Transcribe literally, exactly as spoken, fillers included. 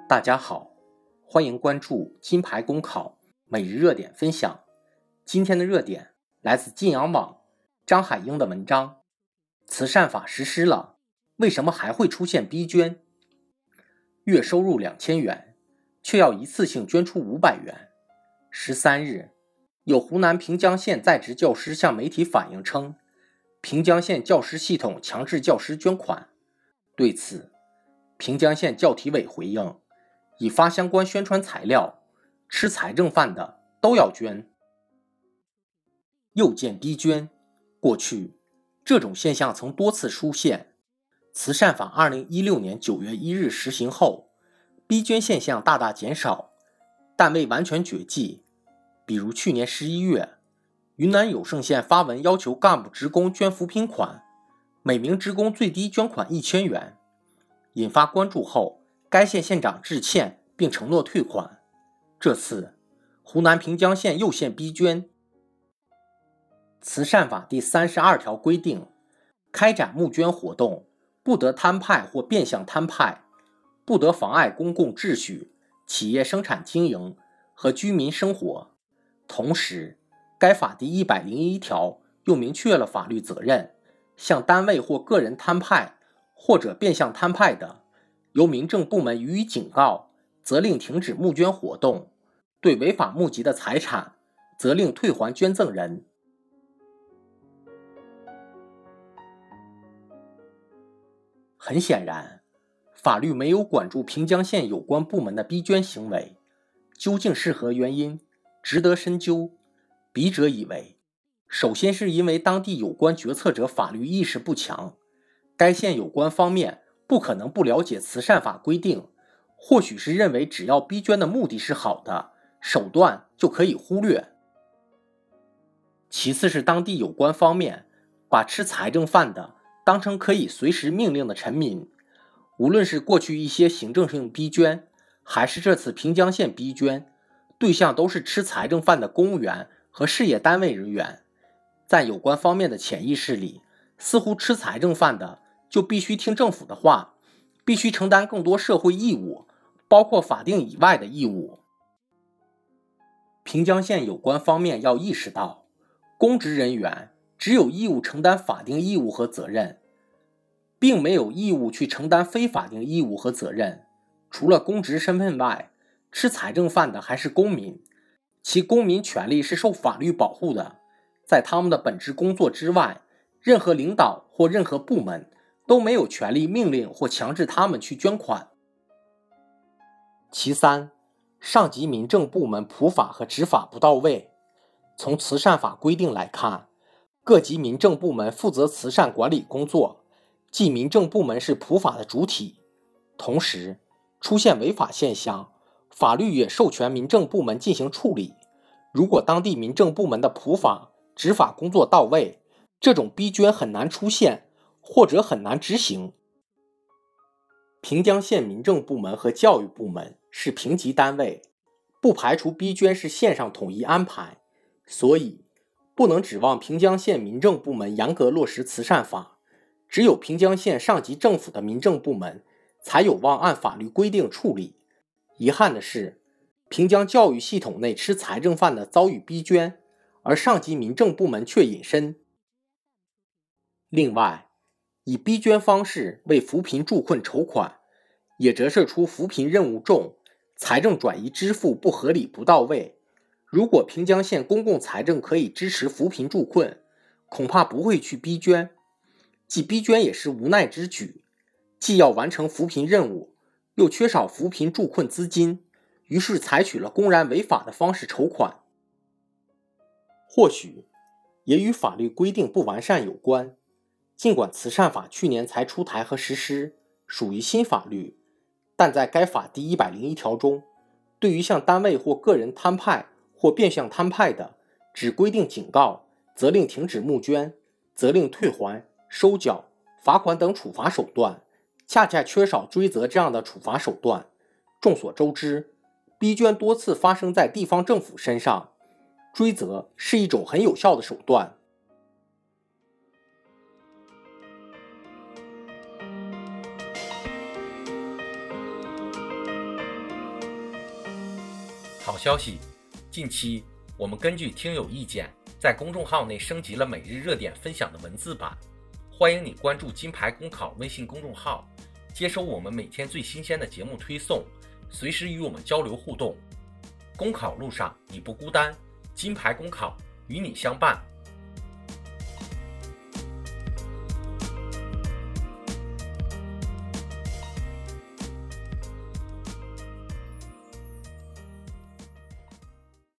大家好，欢迎关注金牌公考每日热点分享。今天的热点来自晋阳网张海英的文章，慈善法实施了，为什么还会出现逼捐？月收入两千元，却要一次性捐出五百元。十三日，有湖南平江县在职教师向媒体反映称，平江县教师系统强制教师捐款。对此，平江县教体委回应，已发相关宣传材料，吃财政饭的都要捐。又见逼捐，过去这种现象曾多次出现。慈善法二零一六年九月一日实行后，逼捐现象大大减少，但未完全绝迹。比如去年十一月，云南有胜县发文要求干部职工捐扶贫款，每名职工最低捐款一千元，引发关注后，该县县长致歉并承诺退款。这次，湖南平江县又现逼捐。慈善法第三十二条规定，开展募捐活动，不得摊派或变相摊派，不得妨碍公共秩序、企业生产经营和居民生活。同时，该法第一百零一条又明确了法律责任，向单位或个人摊派或者变相摊派的，由民政部门予以警告，责令停止募捐活动；对违法募集的财产，责令退还捐赠人。很显然，法律没有管住平江县有关部门的逼捐行为，究竟是何原因，值得深究。笔者以为，首先是因为当地有关决策者法律意识不强，该县有关方面不可能不了解慈善法规定，或许是认为只要逼捐的目的是好的，手段就可以忽略。其次是当地有关方面把吃财政饭的当成可以随时命令的臣民，无论是过去一些行政性逼捐，还是这次平江县逼捐，对象都是吃财政饭的公务员和事业单位人员。在有关方面的潜意识里，似乎吃财政饭的就必须听政府的话，必须承担更多社会义务，包括法定以外的义务。平江县有关方面要意识到，公职人员只有义务承担法定义务和责任，并没有义务去承担非法定义务和责任。除了公职身份外，吃财政饭的还是公民，其公民权利是受法律保护的。在他们的本职工作之外，任何领导或任何部门都没有权利命令或强制他们去捐款。其三，上级民政部门普法和执法不到位。从慈善法规定来看，各级民政部门负责慈善管理工作，即民政部门是普法的主体。同时，出现违法现象，法律也授权民政部门进行处理。如果当地民政部门的普法、执法工作到位，这种逼捐很难出现，或者很难执行。平江县民政部门和教育部门是平级单位，不排除逼捐是县上统一安排，所以不能指望平江县民政部门严格落实慈善法，只有平江县上级政府的民政部门才有望按法律规定处理。遗憾的是，平江教育系统内吃财政饭的遭遇逼捐，而上级民政部门却隐身。另外，以逼捐方式为扶贫助困筹款，也折射出扶贫任务重，财政转移支付不合理不到位。如果平江县公共财政可以支持扶贫助困，恐怕不会去逼捐。即逼捐也是无奈之举，既要完成扶贫任务，又缺少扶贫助困资金，于是采取了公然违法的方式筹款。或许也与法律规定不完善有关。尽管慈善法去年才出台和实施，属于新法律，但在该法第一百零一条中，对于向单位或个人摊派或变相摊派的，只规定警告、责令停止募捐、责令退还、收缴、罚款等处罚手段，恰恰缺少追责这样的处罚手段。众所周知，逼捐多次发生在地方政府身上，追责是一种很有效的手段。 好消息，近期我们根据听友意见，在公众号内升级了每日热点分享的文字版，欢迎你关注金牌公考微信公众号，接收我们每天最新鲜的节目推送，随时与我们交流互动。公考路上你不孤单，金牌公考与你相伴。